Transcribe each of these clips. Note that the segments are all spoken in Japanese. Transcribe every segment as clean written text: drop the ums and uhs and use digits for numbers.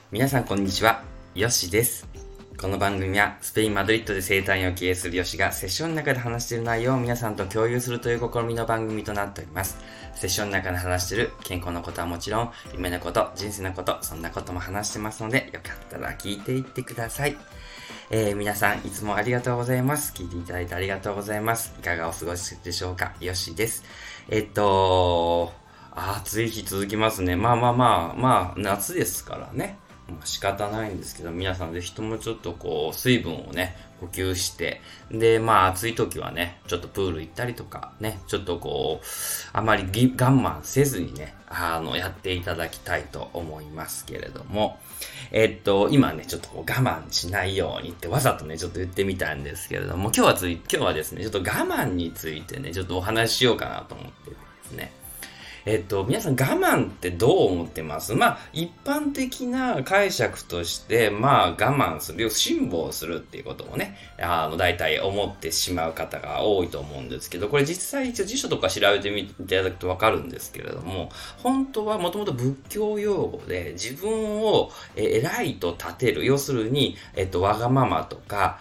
皆さんこんにちは、ヨッシーです。この番組はスペイン・マドリッドで生態院を経営するヨッシーがセッションの中で話している内容を皆さんと共有するという試みの番組となっております。セッションの中で話している健康のことはもちろん、夢のこと、人生のこと、そんなことも話してますので、よかったら聞いていってください。皆さんいつもありがとうございます。聞いていただいてありがとうございます。いかがお過ごしでしょうか。ヨッシーです。暑い日続きますね。夏ですからね。仕方ないんですけど、皆さんぜひともちょっと水分をね、補給して、で、暑い時はね、ちょっとプール行ったりとかね、ちょっとあまり我慢せずにね、やっていただきたいと思いますけれども、今ね、ちょっと我慢しないようにってわざとね、ちょっと言ってみたんですけれども、今日はですね、ちょっと我慢についてね、ちょっとお話ししようかなと思ってですね。皆さん我慢ってどう思ってます？一般的な解釈として、我慢する、辛抱するっていうことをね、大体思ってしまう方が多いと思うんですけど、これ実際一応辞書とか調べてみていただくとわかるんですけれども、本当はもともと仏教用語で自分を偉いと立てる、要するに、わがままとか、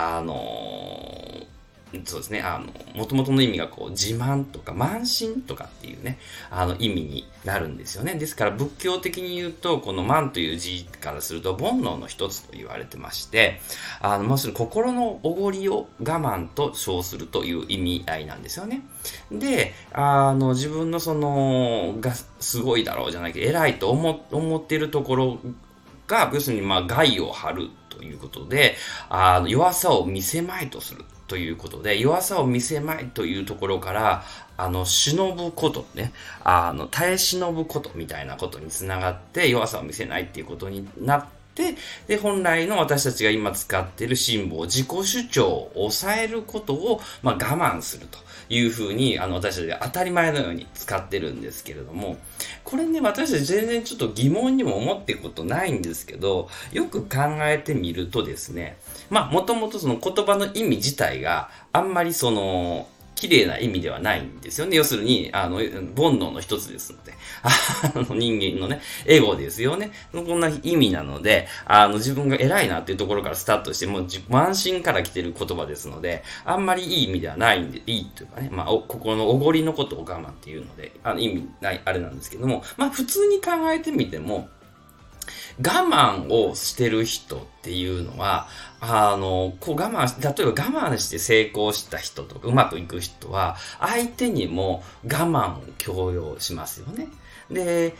そうですね。元々の意味が自慢とか慢心とかっていうね、意味になるんですよね。ですから仏教的に言うと、この慢という字からすると煩悩の一つと言われてまして、もちろん心のおごりを我慢と称するという意味合いなんですよね。で、自分のがすごいだろうじゃないけど、偉いと思っているところが、要するに害を張るということで、弱さを見せまいとする。ということで、弱さを見せまいというところから、忍ぶことね、耐え忍ぶことみたいなことにつながって、弱さを見せないっていうことになって、で、本来の私たちが今使っている辛抱、自己主張を抑えることを、我慢するというふうに、私たちが当たり前のように使ってるんですけれども、これね、私たち全然ちょっと疑問にも思っていることないんですけど、よく考えてみるとですね、もともとその言葉の意味自体があんまり綺麗な意味ではないんですよね。要するに、煩悩の一つですので。人間のね、エゴですよね。こんな意味なので、自分が偉いなっていうところからスタートして、もう慢心から来てる言葉ですので、あんまりいい意味ではないんで、いいというかね、心のおごりのことを我慢っていうので、意味ない、あれなんですけども、普通に考えてみても、我慢をしてる人っていうのは、例えば我慢して成功した人とか、うまくいく人は、相手にも我慢を強要しますよね。で、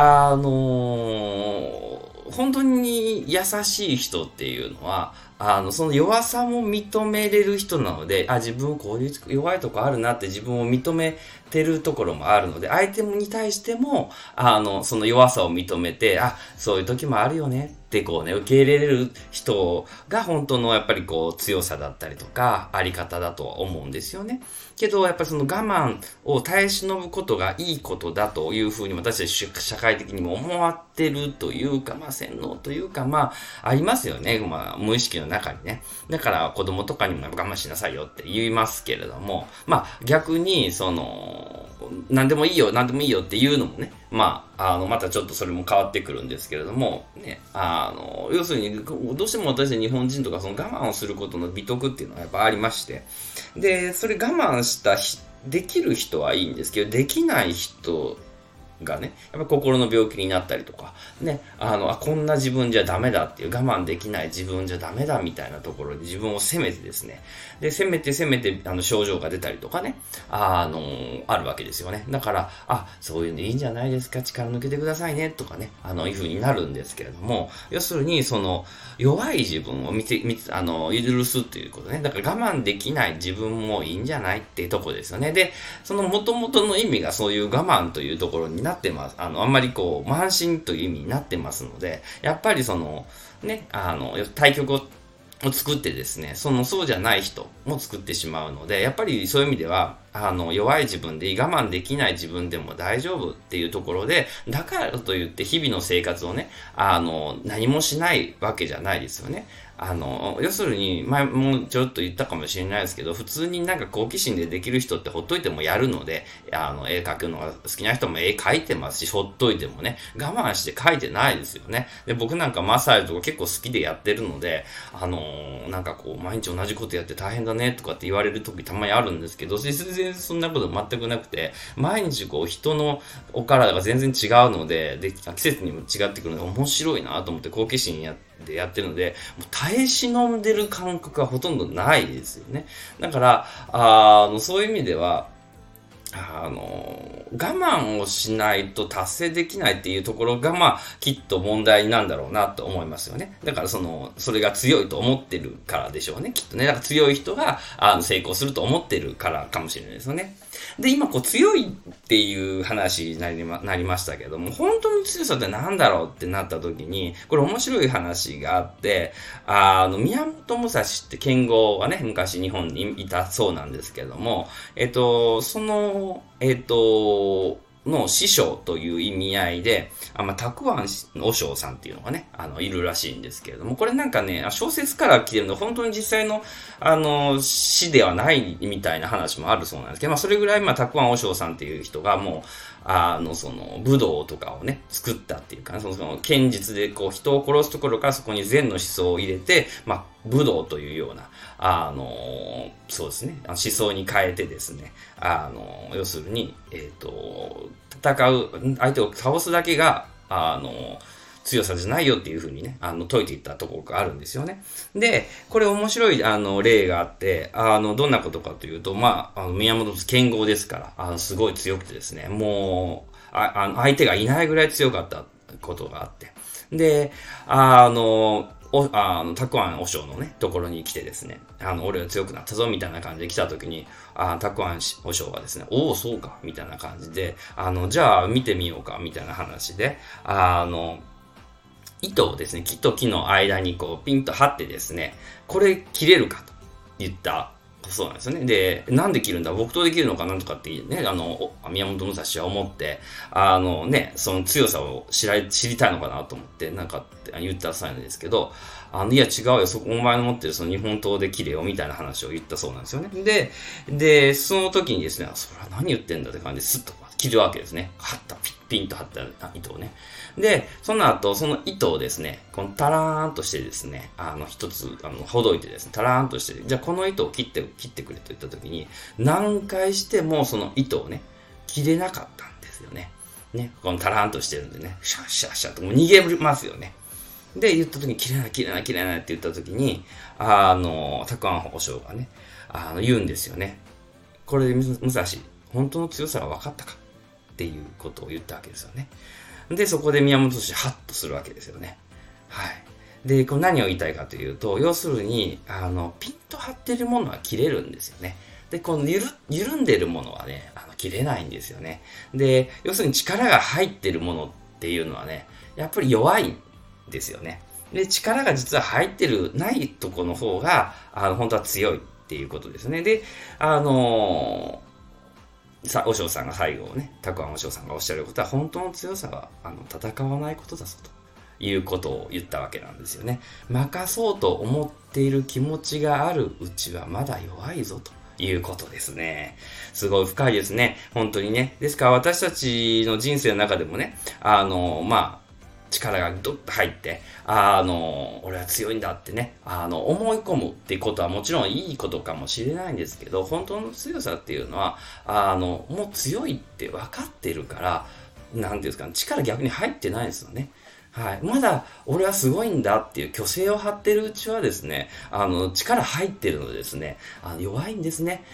本当に優しい人っていうのは、その弱さも認めれる人なので、自分こういう弱いとこあるなって自分を認めてるところもあるので、相手に対しても、その弱さを認めて、そういう時もあるよねって受け入れれる人が本当のやっぱり強さだったりとか、あり方だとは思うんですよね。けど、やっぱりその我慢を耐え忍ぶことがいいことだというふうに私たち社会的にも思ってるというか、洗脳というか、ありますよね。無意識の中にね。だから子供とかにも我慢しなさいよって言いますけれども、逆に、何でもいいよっていうのもね、またちょっとそれも変わってくるんですけれども、ね、要するに、どうしても私たち日本人とかその我慢をすることの美徳っていうのはやっぱありまして、で、それ我慢できる人はいいんですけど、できない人がね、やっぱ心の病気になったりとか、ね、こんな自分じゃダメだっていう、我慢できない自分じゃダメだみたいなところで自分を責めてですね、で、責めて、症状が出たりとかね、あるわけですよね。だから、そういうのいいんじゃないですか、力抜けてくださいね、とかね、いう風になるんですけれども、要するに、弱い自分を許すということね。だから我慢できない自分もいいんじゃないっていうところですよね。で、その元々の意味がそういう我慢というところになってます。あんまり慢心という意味になってますので、やっぱり対極を作ってですね、そうじゃない人も作ってしまうので、やっぱりそういう意味では、弱い自分で我慢できない自分でも大丈夫っていうところで、だからといって日々の生活をね、何もしないわけじゃないですよね。 要するに、前もちょっと言ったかもしれないですけど、普通になんか好奇心でできる人ってほっといてもやるので、絵描くのが好きな人も絵描いてますし、ほっといてもね、我慢して描いてないですよね。で、僕なんかマッサージとか結構好きでやってるので、なんかこう、毎日同じことやって大変だねとかって言われる時たまにあるんですけど、全然そんなこと全くなくて、毎日こう、人のお体が全然違うので、季節にも違ってくるのが面白いなと思って好奇心でやってるので、もう耐え忍んでる感覚はほとんどないですよね。だから、そういう意味では、我慢をしないと達成できないっていうところが、まあ、きっと問題なんだろうなと思いますよね。だからそれが強いと思ってるからでしょうね。きっとね。だから強い人が、成功すると思ってるからかもしれないですよね。で、今、強いっていう話になりましたけども、本当の強さって何だろうってなった時に、これ面白い話があって、宮本武蔵って剣豪がね、昔日本にいたそうなんですけども、の師匠という意味合いで、たくあん和尚さんっていうのがね、いるらしいんですけれども、これなんかね、小説から来てるの、本当に実際の、詩ではないみたいな話もあるそうなんですけど、それぐらい、たくあん和尚さんっていう人がもう、武道とかをね、作ったっていうか、剣術でこう、人を殺すところからそこに禅の思想を入れて、武道というような、そうですね、思想に変えてですね、要するに、戦う、相手を倒すだけが、強さじゃないよっていうふうにね、説いていったところがあるんですよね。で、これ面白い、例があって、どんなことかというと、宮本剣豪ですから、すごい強くてですね、もう、相手がいないぐらい強かったことがあって。で、たくあん和尚のね、ところに来てですね、俺は強くなったぞ、みたいな感じで来た時に、たくあん和尚がですね、おお、そうか、みたいな感じで、じゃあ見てみようか、みたいな話で、糸をですね、木と木の間にこうピンと張ってですね、これ切れるかと言ったそうなんですよね。で、なんで切るんだ僕とできるのかなんとかってね、宮本武蔵は思って、その強さを知りたいのかなと思って、なんか言った際なんですけど、いや違うよ、お前の持ってるその日本刀で切れよ、みたいな話を言ったそうなんですよね。で、その時にですね、それは何言ってんだって感じでスッと切るわけですね。ピンと張った糸をね。で、その後、その糸をですね、このタラーンとしてですね、一つ、ほどいてですね、タラーンとして、じゃあこの糸を切ってくれと言った時に、何回してもその糸をね、切れなかったんですよね。ね、このタラーンとしてるんでね、シャッシャッシャッともう逃げますよね。で、言った時に、切れないって言った時に、たくあん和尚がね、言うんですよね。これで武蔵、本当の強さが分かったかっていうことを言ったわけですよね。で、そこで宮本武蔵ハッとするわけですよね。はい。で、これ何を言いたいかというと、要するに、ピンと張ってるものは切れるんですよね。で、この緩んでるものはね、切れないんですよね。で、要するに力が入ってるものっていうのはね、やっぱり弱いんですよね。で、力が実は入ってないとこの方が、本当は強いっていうことですね。で、和尚さんが最後ね、たくあん和尚さんがおっしゃることは、本当の強さは、戦わないことだぞということを言ったわけなんですよね。任そうと思っている気持ちがあるうちはまだ弱いぞということですね。すごい深いですね。本当にね。ですから私たちの人生の中でもね、力がドッと入って、俺は強いんだってね、思い込むっていうことはもちろんいいことかもしれないんですけど、本当の強さっていうのは、もう強いって分かってるから、なんていうんですかね、力逆に入ってないんですよね。はい。まだ、俺はすごいんだっていう虚勢を張ってるうちはですね、力入ってるのでですね、弱いんですね。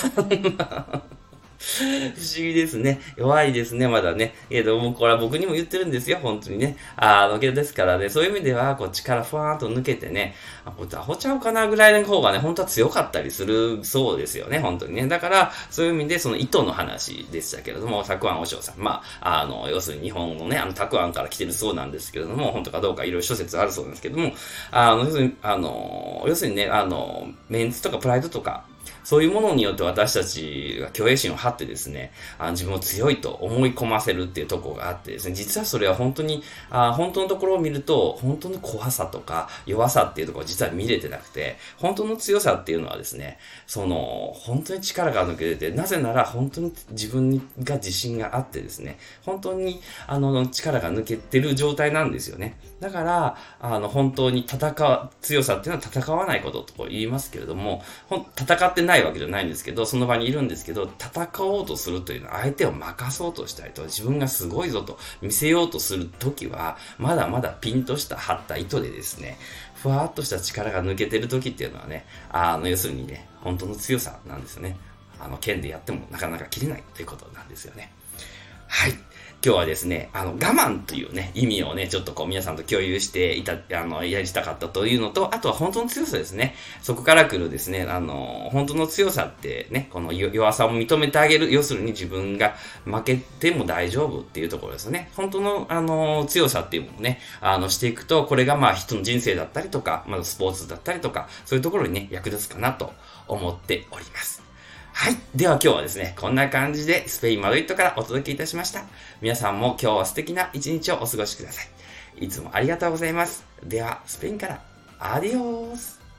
不思議ですね。弱いですね、まだね。もうこれは僕にも言ってるんですよ、本当にね。ですからね、そういう意味では、こう力ふわーっと抜けてね、こいつアホちゃうかなぐらいの方がね、本当は強かったりするそうですよね、本当にね。だから、そういう意味で、その糸の話でしたけれども、たくあん和尚さん。要するに日本のね、たくあんから来てるそうなんですけれども、本当かどうかいろいろ諸説あるそうなんですけども、要するにね、メンツとかプライドとか、 そういうものによって私たちが虚栄心を張ってですね、自分を強いと思い込ませるっていうところがあってですね、実はそれは本当に、本当のところを見ると、本当の怖さとか弱さっていうところは実は見れてなくて、本当の強さっていうのはですね、本当に力が抜けてて、なぜなら本当に自分が自信があってですね、本当に、力が抜けてる状態なんですよね。だから、本当に強さっていうのは戦わないことと言いますけれども、戦ってないわけじゃないんですけど、その場にいるんですけど、戦おうとするというのは相手を任そうとしたりと、自分がすごいぞと見せようとするときは、まだまだピンとした張った糸でですね、ふわーっとした力が抜けてるときっていうのはね、要するにね、本当の強さなんですよね。剣でやってもなかなか切れないということなんですよね。はい。今日はですね、我慢というね、意味をね、ちょっと皆さんと共有してやりたかったというのと、あとは本当の強さですね。そこから来るですね、本当の強さってね、この弱さを認めてあげる。要するに自分が負けても大丈夫っていうところですね。本当の、強さっていうものをね、していくと、これが人の人生だったりとか、スポーツだったりとか、そういうところにね、役立つかなと思っております。はい。では今日はですね、こんな感じでスペインマドリッドからお届けいたしました。皆さんも今日は素敵な一日をお過ごしください。いつもありがとうございます。では、スペインから、アディオース。